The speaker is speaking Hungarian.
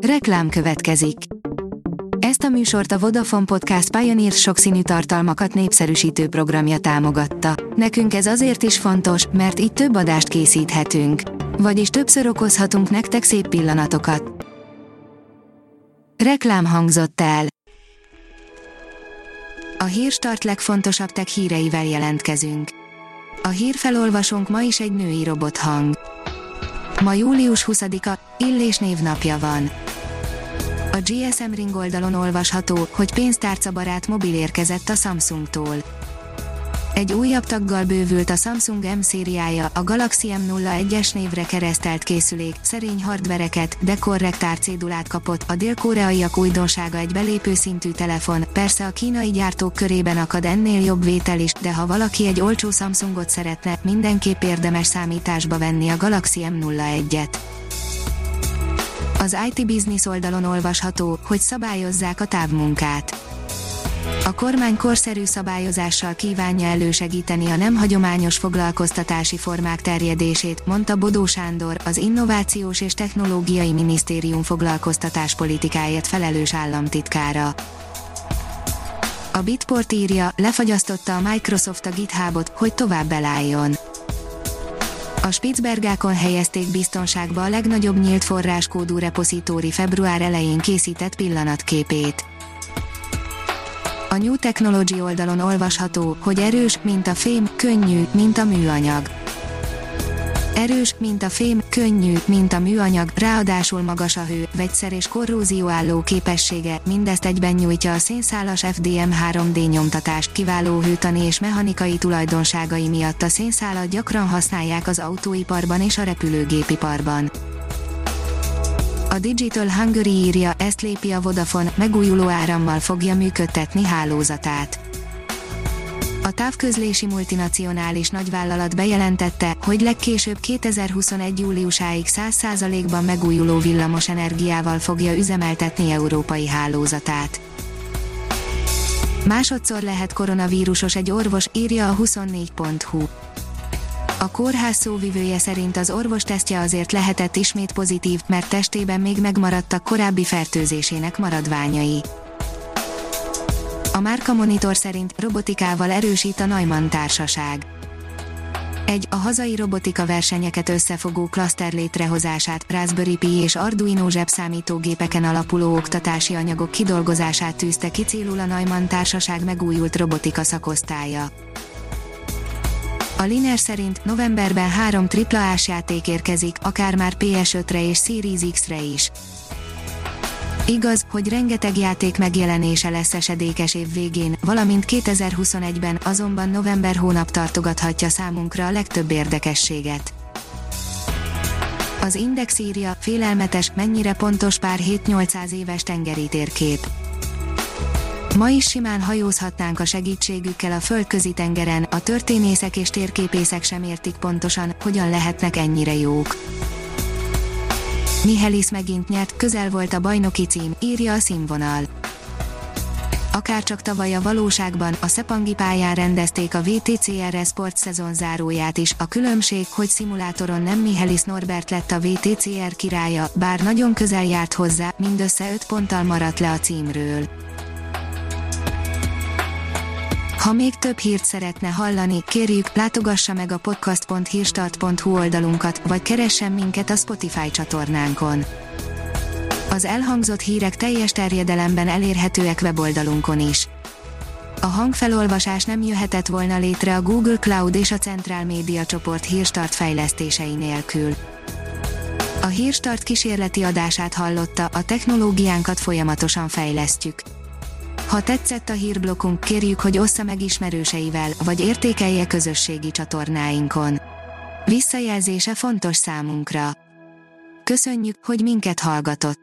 Reklám következik. Ezt a műsort a Vodafone Podcast Pioneer sokszínű tartalmakat népszerűsítő programja támogatta. Nekünk ez azért is fontos, mert így több adást készíthetünk. Vagyis többször okozhatunk nektek szép pillanatokat. Reklám hangzott el. A Hírstart legfontosabb tech híreivel jelentkezünk. A hírfelolvasónk ma is egy női robothang. Ma július 20-a, Illés névnapja van. A GSM Ring oldalon olvasható, hogy pénztárcabarát mobil érkezett a Samsungtól. Egy újabb taggal bővült a Samsung M szériája, a Galaxy M01-es névre keresztelt készülék, szerény hardvereket, de korrekt árcédulát kapott, a dél-koreaiak újdonsága egy belépőszintű telefon, persze a kínai gyártók körében akad ennél jobb vétel is, de ha valaki egy olcsó Samsungot szeretne, mindenképp érdemes számításba venni a Galaxy M01-et. Az IT Business oldalon olvasható, hogy szabályozzák a távmunkát. A kormány korszerű szabályozással kívánja elősegíteni a nem hagyományos foglalkoztatási formák terjedését, mondta Bodó Sándor, az Innovációs és Technológiai Minisztérium foglalkoztatáspolitikáért felelős államtitkára. A Bitport írja, lefagyasztotta a Microsoft a GitHubot, hogy tovább elálljon. A Spitzbergákon helyezték biztonságba a legnagyobb nyílt forráskódú repozitóri február elején készített pillanatképét. A New Technology oldalon olvasható, hogy erős, mint a fém, könnyű, mint a műanyag. Erős, mint a fém, könnyű, mint a műanyag, ráadásul magas a hő, vegyszer és korrózióálló képessége, mindezt egyben nyújtja a szénszálas FDM 3D nyomtatás, kiváló hőtani és mechanikai tulajdonságai miatt a szénszálat gyakran használják az autóiparban és a repülőgépiparban. A Digital Hungary írja, ezt lépi a Vodafone, megújuló árammal fogja működtetni hálózatát. A távközlési multinacionális nagyvállalat bejelentette, hogy legkésőbb 2021. júliusáig 100%-ban megújuló villamos energiával fogja üzemeltetni európai hálózatát. Másodszor lehet koronavírusos egy orvos, írja a 24.hu. A kórház szóvivője szerint az orvostesztje azért lehetett ismét pozitív, mert testében még megmaradtak korábbi fertőzésének maradványai. A Márka Monitor szerint robotikával erősít a Neumann társaság. A hazai robotika versenyeket összefogó klaszter létrehozását, Raspberry Pi és Arduino zsebszámítógépeken alapuló oktatási anyagok kidolgozását tűzte ki célul a Neumann társaság megújult robotika szakosztálya. A Liner szerint novemberben 3 AAA-s játék érkezik, akár már PS5-re és Series X-re is. Igaz, hogy rengeteg játék megjelenése lesz esedékes év végén, valamint 2021-ben, azonban november hónap tartogathatja számunkra a legtöbb érdekességet. Az Index írja, félelmetes, mennyire pontos pár 7-800 éves tengeri térkép. Ma is simán hajózhatnánk a segítségükkel a földközi tengeren, a történészek és térképészek sem értik pontosan, hogyan lehetnek ennyire jók. Mihelis megint nyert, közel volt a bajnoki cím, írja a Színvonal. Akárcsak tavaly a valóságban, a Szepangi pályán rendezték a VTCR Sport szezon záróját is, a különbség, hogy szimulátoron nem Mihelis Norbert lett a VTCR királya, bár nagyon közel járt hozzá, mindössze 5 ponttal maradt le a címről. Ha még több hírt szeretne hallani, kérjük, látogassa meg a podcast.hírstart.hu oldalunkat, vagy keressen minket a Spotify csatornánkon. Az elhangzott hírek teljes terjedelemben elérhetőek weboldalunkon is. A hangfelolvasás nem jöhetett volna létre a Google Cloud és a Centrál Média csoport Hírstart fejlesztései nélkül. A Hírstart kísérleti adását hallotta, a technológiánkat folyamatosan fejlesztjük. Ha tetszett a hírblokkunk, kérjük, hogy ossza meg ismerőseivel, vagy értékelje közösségi csatornáinkon. Visszajelzése fontos számunkra. Köszönjük, hogy minket hallgatott!